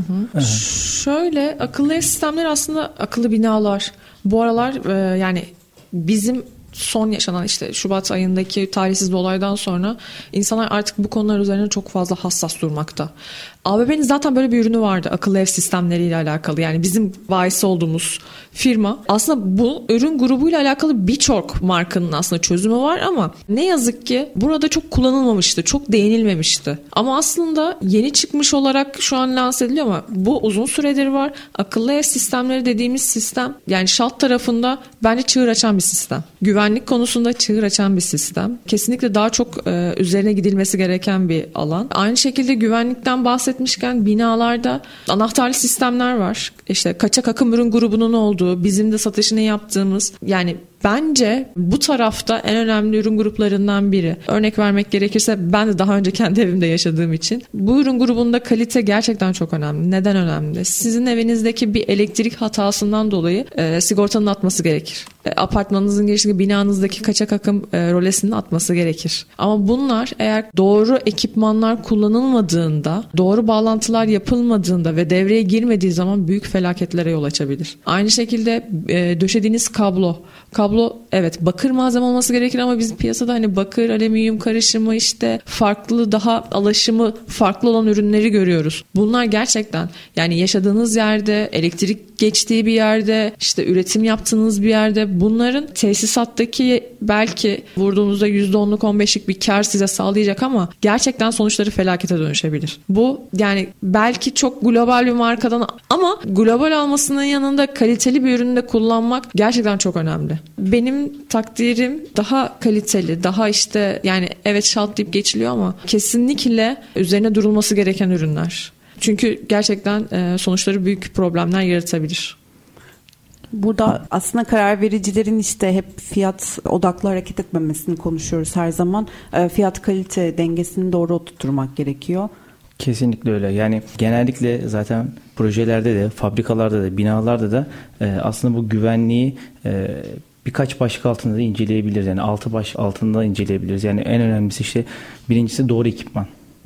Şöyle, akıllı ev sistemleri aslında akıllı binalar. Bu aralar yani bizim son yaşanan işte Şubat ayındaki talihsiz bir olaydan sonra insanlar artık bu konular üzerine çok fazla hassas durmakta. ABB'nin zaten böyle bir ürünü vardı akıllı ev sistemleriyle alakalı. Yani bizim bahis olduğumuz firma. Aslında bu ürün grubuyla alakalı birçok markanın aslında çözümü var ama ne yazık ki burada çok kullanılmamıştı. Çok değinilmemişti. Ama aslında yeni çıkmış olarak şu an lanse ediliyor ama bu uzun süredir var. Akıllı ev sistemleri dediğimiz sistem yani şalt tarafında bence çığır açan bir sistem. Güvenlik konusunda çığır açan bir sistem. Kesinlikle daha çok üzerine gidilmesi gereken bir alan. Aynı şekilde güvenlikten bahsetmişken binalarda anahtarlı sistemler var. İşte kaçak akım ürün grubunun olduğu, bizim de satışını yaptığımız, yani bence bu tarafta en önemli ürün gruplarından biri. Örnek vermek gerekirse ben de daha önce kendi evimde yaşadığım için bu ürün grubunda kalite gerçekten çok önemli. Neden önemli? Sizin evinizdeki bir elektrik hatasından dolayı sigortanın atması gerekir. Apartmanınızın girişindeki binanızdaki kaçak akım rolesinin atması gerekir. Ama bunlar eğer doğru ekipmanlar kullanılmadığında, doğru bağlantılar yapılmadığında ve devreye girmediği zaman büyük felaketlere yol açabilir. Aynı şekilde döşediğiniz kablo evet bakır malzeme olması gerekir ama bizim piyasada hani bakır, alüminyum karışımı işte farklı daha alaşımı farklı olan ürünleri görüyoruz. Bunlar gerçekten yani yaşadığınız yerde, elektrik geçtiği bir yerde, işte üretim yaptığınız bir yerde bunların tesisattaki belki vurduğunuzda %10'luk 15'lik bir kar size sağlayacak ama gerçekten sonuçları felakete dönüşebilir. Bu yani belki çok global bir markadan ama global olmasının yanında kaliteli bir ürünü de kullanmak gerçekten çok önemli. Benim takdirim daha kaliteli, daha işte yani evet şalt deyip geçiliyor ama kesinlikle üzerine durulması gereken ürünler. Çünkü gerçekten sonuçları büyük problemler yaratabilir. Burada aslında karar vericilerin işte hep fiyat odaklı hareket etmemesini konuşuyoruz her zaman. Fiyat kalite dengesini doğru oturtmak gerekiyor. Kesinlikle öyle. Yani genellikle zaten projelerde de, fabrikalarda da, binalarda da aslında bu güvenliği birkaç başlık altında da inceleyebiliriz. Yani 6 başlık altında inceleyebiliriz. Yani en önemlisi işte birincisi doğru ekipman.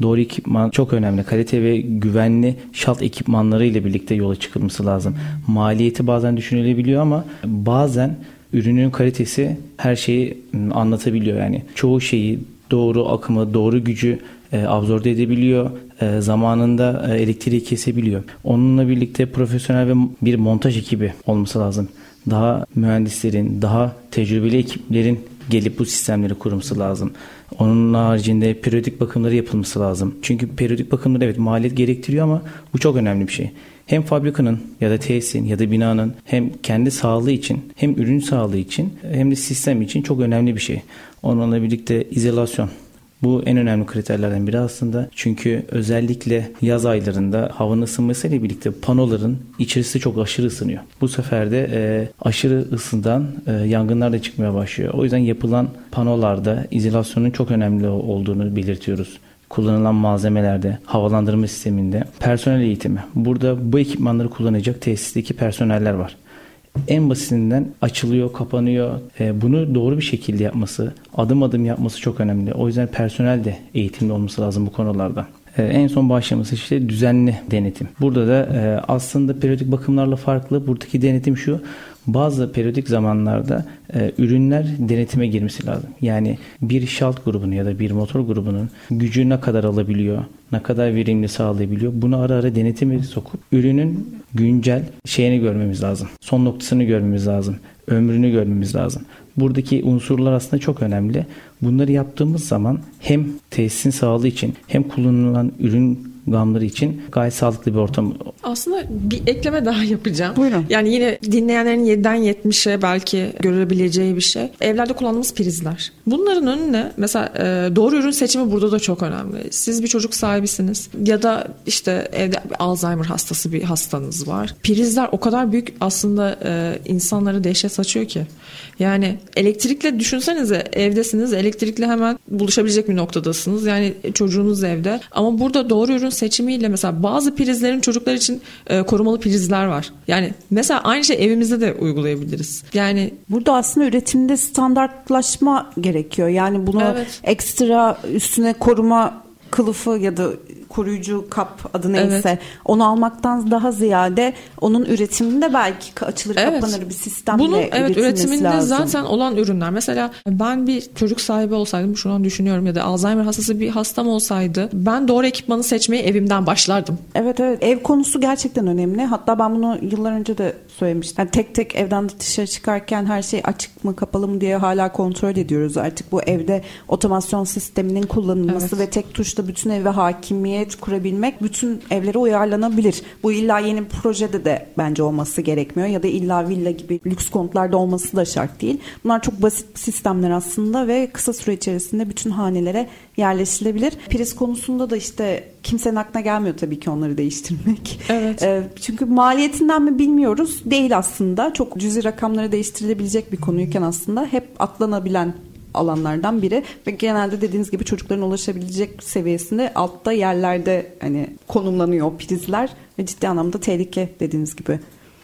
Doğru ekipman çok önemli. Kalite ve güvenli şalt ekipmanları ile birlikte yola çıkılması lazım. Maliyeti bazen düşünülebiliyor ama bazen ürünün kalitesi her şeyi anlatabiliyor. Yani çoğu şeyi, doğru akımı, doğru gücü absorbe edebiliyor. Zamanında elektriği kesebiliyor. Onunla birlikte profesyonel ve bir montaj ekibi olması lazım. Daha mühendislerin, daha tecrübeli ekiplerin gelip bu sistemleri kurması lazım. Onun haricinde periyodik bakımları yapılması lazım. Çünkü periyodik bakımları evet maliyet gerektiriyor ama bu çok önemli bir şey. Hem fabrikanın ya da tesisin ya da binanın hem kendi sağlığı için hem ürün sağlığı için hem de sistem için çok önemli bir şey. Onunla birlikte izolasyon. Bu en önemli kriterlerden biri aslında. Çünkü özellikle yaz aylarında havanın ısınmasıyla birlikte panoların içerisi çok aşırı ısınıyor. Bu sefer de aşırı ısıdan yangınlar da çıkmaya başlıyor. O yüzden yapılan panolarda izolasyonun çok önemli olduğunu belirtiyoruz. Kullanılan malzemelerde, havalandırma sisteminde, personel eğitimi. Burada bu ekipmanları kullanacak tesisteki personeller var. En basitinden açılıyor, kapanıyor. Bunu doğru bir şekilde yapması, adım adım yapması çok önemli. O yüzden personel de eğitimli olması lazım bu konularda. En son başlaması işte düzenli denetim. Burada da aslında periyodik bakımlarla farklı. Buradaki denetim şu. Bazı periyodik zamanlarda ürünler denetime girmesi lazım. Yani bir şalt grubunun ya da bir motor grubunun gücü ne kadar alabiliyor, ne kadar verimli sağlayabiliyor. Bunu ara ara denetime sokup ürünün güncel şeyini görmemiz lazım. Son noktasını görmemiz lazım. Ömrünü görmemiz lazım. Buradaki unsurlar aslında çok önemli. Bunları yaptığımız zaman hem tesisin sağlığı için hem kullanılan ürün gamları için gayet sağlıklı bir ortam. Aslında bir ekleme daha yapacağım. Buyurun. Yani yine dinleyenlerin 7'den 70'e belki görebileceği bir şey. Evlerde kullandığımız prizler. Bunların önüne mesela doğru ürün seçimi burada da çok önemli. Siz bir çocuk sahibisiniz ya da işte evde Alzheimer hastası bir hastanız var. Prizler o kadar büyük aslında insanlara dehşet saçıyor ki. Yani elektrikle düşünsenize evdesiniz. Elektrikle hemen buluşabilecek bir noktadasınız. Yani çocuğunuz evde. Ama burada doğru ürün seçimiyle mesela bazı prizlerin çocuklar için korumalı prizler var. Yani mesela aynı şey evimizde de uygulayabiliriz. Yani burada aslında üretimde standartlaşma gerekiyor. Yani bunu ekstra üstüne koruma kılıfı ya da koruyucu kap adı neyse onu almaktan daha ziyade onun üretiminde belki açılır kapanır bir sistemle üretilmesi üretiminde lazım. zaten olan ürünler. Mesela ben bir çocuk sahibi olsaydım şu an düşünüyorum ya da Alzheimer hastası bir hastam olsaydı ben doğru ekipmanı seçmeyi evimden başlardım. Evet ev konusu gerçekten önemli. Hatta ben bunu yıllar önce de söylemiştim. Yani tek tek evden dışarı çıkarken her şey açık mı kapalı mı diye hala kontrol ediyoruz. Artık bu evde otomasyon sisteminin kullanılması ve tek tuşla bütün eve hakimiyet kurabilmek bütün evlere uyarlanabilir. Bu illa yeni bir projede de bence olması gerekmiyor ya da illa villa gibi lüks konutlarda olması da şart değil. Bunlar çok basit sistemler aslında ve kısa süre içerisinde bütün hanelere yerleştirilebilir. Priz konusunda da işte kimsenin aklına gelmiyor tabii ki onları değiştirmek. Evet. Çünkü maliyetinden mi bilmiyoruz. Değil aslında. Çok cüzi rakamları değiştirilebilecek bir konuyken aslında hep atlanabilen alanlardan biri ve genelde dediğiniz gibi çocukların ulaşabilecek seviyesinde altta yerlerde hani konumlanıyor prizler ve ciddi anlamda tehlike dediğiniz gibi.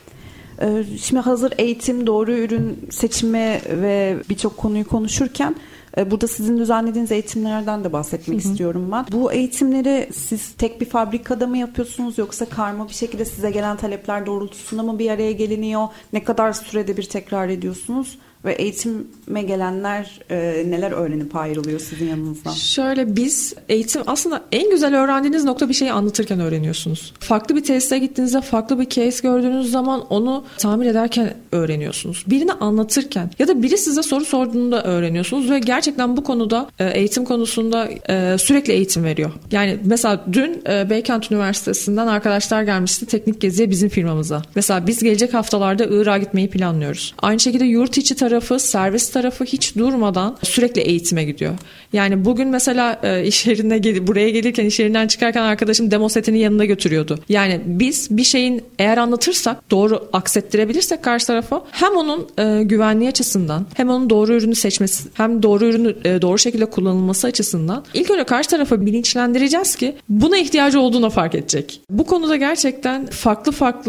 Şimdi hazır eğitim, doğru ürün seçimi ve birçok konuyu konuşurken burada sizin düzenlediğiniz eğitimlerden de bahsetmek istiyorum ben. Bu eğitimleri siz tek bir fabrikada mı yapıyorsunuz yoksa karma bir şekilde size gelen talepler doğrultusunda mı bir araya geliniyor? Ne kadar sürede bir tekrar ediyorsunuz? Ve eğitime gelenler neler öğrenip ayrılıyor sizin yanınızdan? Şöyle biz eğitim aslında en güzel öğrendiğiniz nokta bir şeyi anlatırken öğreniyorsunuz. Farklı bir tesise gittiğinizde farklı bir case gördüğünüz zaman onu tamir ederken öğreniyorsunuz. Birini anlatırken ya da biri size soru sorduğunda öğreniyorsunuz ve gerçekten bu konuda eğitim konusunda sürekli eğitim veriyor. Yani mesela dün Beykent Üniversitesi'nden arkadaşlar gelmişti teknik geziye bizim firmamıza. Mesela biz gelecek haftalarda Irak'a gitmeyi planlıyoruz. Aynı şekilde yurt içi tarafı, servis tarafı hiç durmadan sürekli eğitime gidiyor. Yani bugün mesela iş yerine buraya gelirken iş yerinden çıkarken arkadaşım demo setini yanında götürüyordu. Yani biz bir şeyin eğer anlatırsak, doğru aksettirebilirsek karşı tarafa hem onun güvenliği açısından hem onun doğru ürünü seçmesi hem doğru ürünü doğru şekilde kullanılması açısından ilk önce karşı tarafa bilinçlendireceğiz ki buna ihtiyacı olduğunu fark edecek. Bu konuda gerçekten farklı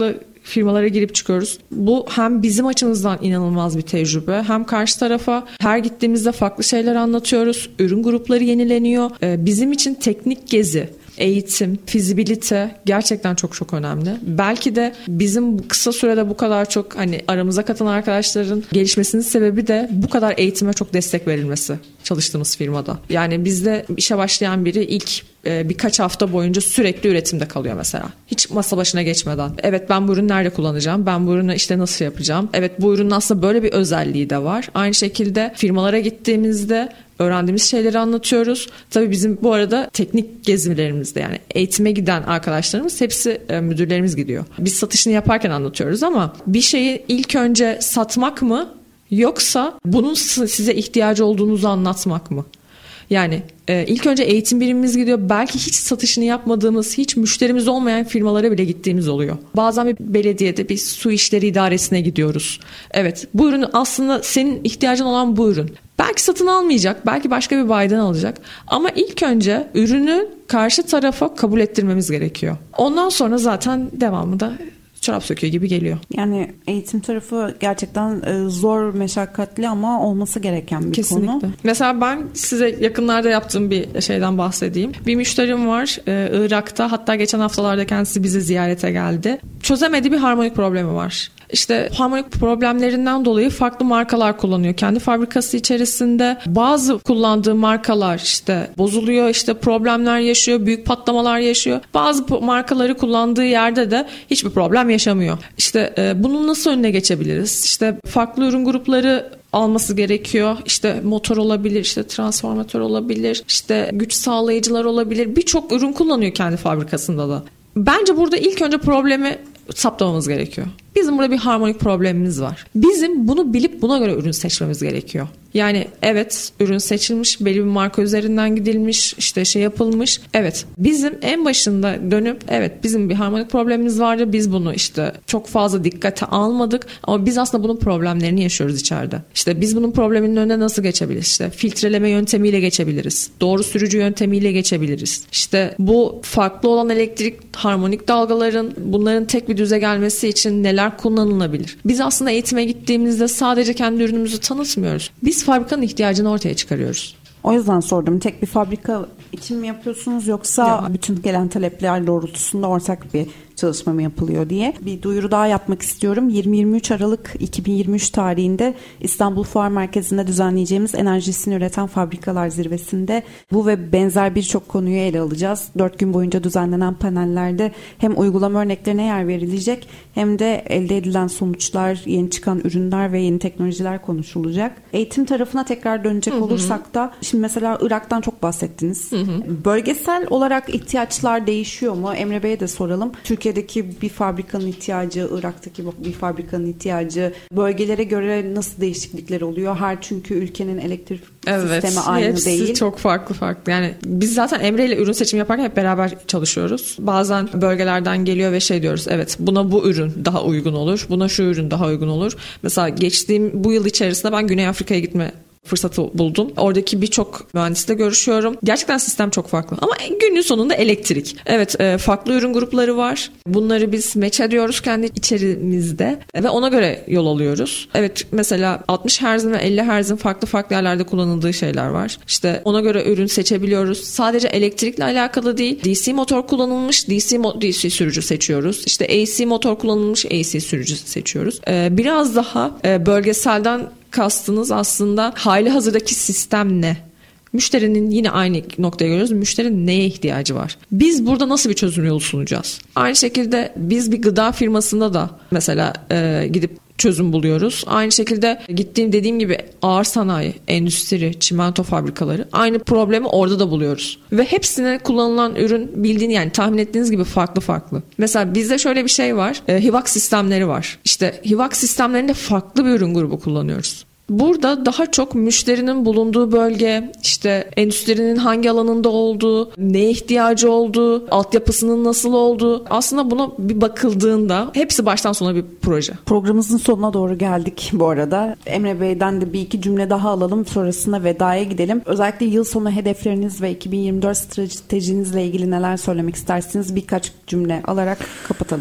firmalara girip çıkıyoruz. Bu hem bizim açımızdan inanılmaz bir tecrübe, hem karşı tarafa her gittiğimizde farklı şeyler anlatıyoruz. Ürün grupları yenileniyor. Bizim için teknik gezi, eğitim, fizibilite gerçekten çok çok önemli. Belki de bizim kısa sürede bu kadar çok aramıza katılan arkadaşların gelişmesinin sebebi de bu kadar eğitime çok destek verilmesi çalıştığımız firmada. Yani bizde işe başlayan biri ilk birkaç hafta boyunca sürekli üretimde kalıyor mesela. Hiç masa başına geçmeden. Evet, ben bu ürünü nerede kullanacağım? Ben bu ürünü işte nasıl yapacağım? Evet, bu ürünün aslında böyle bir özelliği de var. Aynı şekilde firmalara gittiğimizde öğrendiğimiz şeyleri anlatıyoruz. Tabii bizim bu arada teknik gezilerimizde, yani eğitime giden arkadaşlarımız hepsi müdürlerimiz gidiyor. Biz satışını yaparken anlatıyoruz ama bir şeyi ilk önce satmak mı, yoksa bunun size ihtiyacı olduğunuzu anlatmak mı? Yani ilk önce eğitim birimimiz gidiyor. Belki hiç satışını yapmadığımız, hiç müşterimiz olmayan firmalara bile gittiğimiz oluyor. Bazen bir belediyede bir su işleri idaresine gidiyoruz. Evet, bu ürün aslında senin ihtiyacın olan bu ürün. Belki satın almayacak, belki başka bir bayiden alacak. Ama ilk önce ürünü karşı tarafa kabul ettirmemiz gerekiyor. Ondan sonra zaten devamı da çorap söküyor gibi geliyor. Yani eğitim tarafı gerçekten zor, meşakkatli ama olması gereken bir Kesinlikle. konu. Mesela ben size yakınlarda yaptığım bir şeyden bahsedeyim. Bir müşterim var Irak'ta, hatta geçen haftalarda kendisi bizi ziyarete geldi. Çözemediği bir harmonik problemi var. İşte harmonik problemlerinden dolayı farklı markalar kullanıyor. Kendi fabrikası içerisinde bazı kullandığı markalar işte bozuluyor, işte problemler yaşıyor, büyük patlamalar yaşıyor. Bazı markaları kullandığı yerde de hiçbir problem yaşamıyor. İşte bunun nasıl önüne geçebiliriz? İşte farklı ürün grupları alması gerekiyor. İşte motor olabilir, işte transformatör olabilir, işte güç sağlayıcılar olabilir. Birçok ürün kullanıyor kendi fabrikasında da. Bence burada ilk önce problemi saptamamız gerekiyor. Bizim burada bir harmonik problemimiz var. Bizim bunu bilip buna göre ürün seçmemiz gerekiyor. Yani evet, ürün seçilmiş, belli bir marka üzerinden gidilmiş, işte şey yapılmış. Evet, bizim en başında dönüp evet, bizim bir harmonik problemimiz vardı. Biz bunu işte çok fazla dikkate almadık ama biz aslında bunun problemlerini yaşıyoruz içeride. İşte biz bunun probleminin önüne nasıl geçebiliriz? İşte filtreleme yöntemiyle geçebiliriz. Doğru sürücü yöntemiyle geçebiliriz. İşte bu farklı olan elektrik harmonik dalgaların, bunların tek bir düze gelmesi için neler kullanılabilir? Biz aslında eğitime gittiğimizde sadece kendi ürünümüzü tanıtmıyoruz. Biz fabrikanın ihtiyacını ortaya çıkarıyoruz. O yüzden sordum. Tek bir fabrika için mi yapıyorsunuz, yoksa bütün gelen talepler doğrultusunda ortak bir çalışma mı yapılıyor diye. Bir duyuru daha yapmak istiyorum. 20-23 Aralık 2023 tarihinde İstanbul Fuar Merkezi'nde düzenleyeceğimiz Enerjisini Üreten Fabrikalar Zirvesi'nde bu ve benzer birçok konuyu ele alacağız. 4 gün boyunca düzenlenen panellerde hem uygulama örneklerine yer verilecek hem de elde edilen sonuçlar, yeni çıkan ürünler ve yeni teknolojiler konuşulacak. Eğitim tarafına tekrar dönecek olursak da şimdi mesela Irak'tan çok bahsettiniz. Bölgesel olarak ihtiyaçlar değişiyor mu? Emre Bey'e de soralım. Türkiye'deki bir fabrikanın ihtiyacı, Irak'taki bir fabrikanın ihtiyacı, bölgelere göre nasıl değişiklikler oluyor? Çünkü ülkenin elektrik sistemi aynı değil. Evet, çok farklı. Yani biz zaten Emre ile ürün seçimi yaparken hep beraber çalışıyoruz. Bazen bölgelerden geliyor ve şey diyoruz, evet buna bu ürün daha uygun olur, buna şu ürün daha uygun olur. Mesela geçtiğim bu yıl içerisinde ben Güney Afrika'ya gitme fırsatı buldum. Oradaki birçok mühendisle görüşüyorum. Gerçekten sistem çok farklı. Ama günün sonunda elektrik. Evet, farklı ürün grupları var. Bunları biz match ediyoruz kendi içerimizde ve ona göre yol alıyoruz. Evet, mesela 60 Hz'in ve 50 Hz'in farklı yerlerde kullanıldığı şeyler var. İşte ona göre ürün seçebiliyoruz. Sadece elektrikle alakalı değil. DC motor kullanılmış DC sürücü seçiyoruz. İşte AC motor kullanılmış AC sürücü seçiyoruz. Biraz daha bölgeselden kastınız aslında hali hazırdaki sistem ne? Müşterinin, yine aynı noktaya görüyoruz. Müşterinin neye ihtiyacı var? Biz burada nasıl bir çözüm yolu sunacağız? Aynı şekilde biz bir gıda firmasında da mesela gidip çözüm buluyoruz. Aynı şekilde dediğim gibi ağır sanayi, endüstri, çimento fabrikaları, aynı problemi orada da buluyoruz. Ve hepsine kullanılan ürün yani tahmin ettiğiniz gibi farklı. Mesela bizde şöyle bir şey var. HVAC sistemleri var. İşte HVAC sistemlerinde farklı bir ürün grubu kullanıyoruz. Burada daha çok müşterinin bulunduğu bölge, işte endüstrinin hangi alanında olduğu, neye ihtiyacı olduğu, altyapısının nasıl olduğu, aslında buna bir bakıldığında hepsi baştan sona bir proje. Programımızın sonuna doğru geldik bu arada. Emre Bey'den de bir iki cümle daha alalım, sonrasında vedaya gidelim. Özellikle yıl sonu hedefleriniz ve 2024 stratejinizle ilgili neler söylemek istersiniz? Birkaç cümle alarak kapatalım.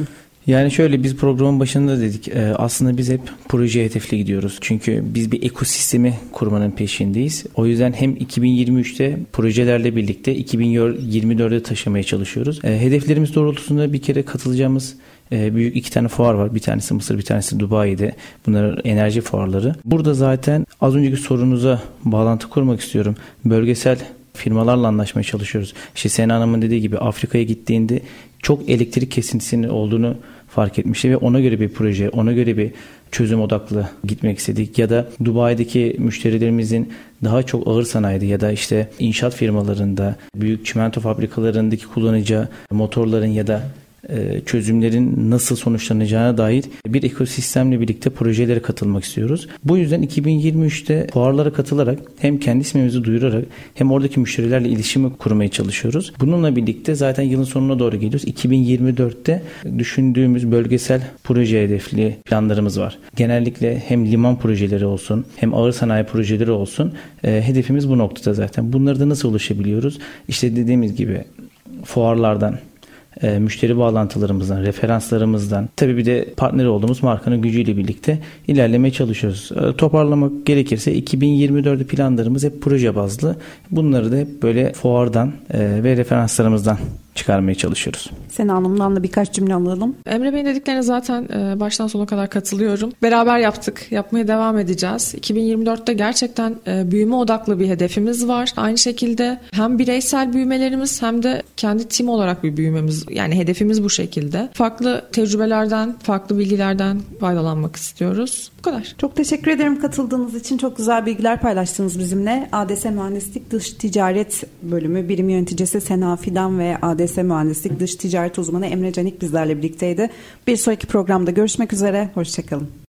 Yani şöyle, biz programın başında dedik aslında biz hep proje hedefli gidiyoruz. Çünkü biz bir ekosistemi kurmanın peşindeyiz. O yüzden hem 2023'te projelerle birlikte 2024'e taşımaya çalışıyoruz. Hedeflerimiz doğrultusunda bir kere katılacağımız büyük 2 tane fuar var. Bir tanesi Mısır, bir tanesi Dubai'de. Bunlar enerji fuarları. Burada zaten az önceki sorunuza bağlantı kurmak istiyorum. Bölgesel firmalarla anlaşmaya çalışıyoruz. İşte Sena Hanım'ın dediği gibi Afrika'ya gittiğinde çok elektrik kesintisinin olduğunu fark etmişti ve ona göre bir proje, ona göre bir çözüm odaklı gitmek istedik. Ya da Dubai'deki müşterilerimizin daha çok ağır sanayide ya da işte inşaat firmalarında, büyük çimento fabrikalarındaki kullanacağı motorların ya da çözümlerin nasıl sonuçlanacağına dair bir ekosistemle birlikte projelere katılmak istiyoruz. Bu yüzden 2023'te fuarlara katılarak hem kendi ismimizi duyurarak hem oradaki müşterilerle iletişimi kurmaya çalışıyoruz. Bununla birlikte zaten yılın sonuna doğru geliyoruz. 2024'te düşündüğümüz bölgesel proje hedefli planlarımız var. Genellikle hem liman projeleri olsun hem ağır sanayi projeleri olsun. Hedefimiz bu noktada zaten. Bunları da nasıl ulaşabiliyoruz? İşte dediğimiz gibi fuarlardan, müşteri bağlantılarımızdan, referanslarımızdan, tabii bir de partner olduğumuz markanın gücüyle birlikte ilerlemeye çalışıyoruz. Toparlamak gerekirse 2024'de planlarımız hep proje bazlı. Bunları da hep böyle fuardan ve referanslarımızdan çıkarmaya çalışıyoruz. Sena Hanım'dan da birkaç cümle alalım. Emre Bey'in dediklerine zaten baştan sona kadar katılıyorum. Beraber yaptık. Yapmaya devam edeceğiz. 2024'te gerçekten büyüme odaklı bir hedefimiz var. Aynı şekilde hem bireysel büyümelerimiz hem de kendi tim olarak bir büyümemiz, yani hedefimiz bu şekilde. Farklı tecrübelerden, farklı bilgilerden faydalanmak istiyoruz. Bu kadar. Çok teşekkür ederim katıldığınız için. Çok güzel bilgiler paylaştınız bizimle. ADS Mühendislik Dış Ticaret Bölümü Birim Yöneticisi Sena Fidan ve ADS Mühendislik Dış Ticaret Uzmanı Emre Canik bizlerle birlikteydi. Bir sonraki programda görüşmek üzere. Hoşçakalın.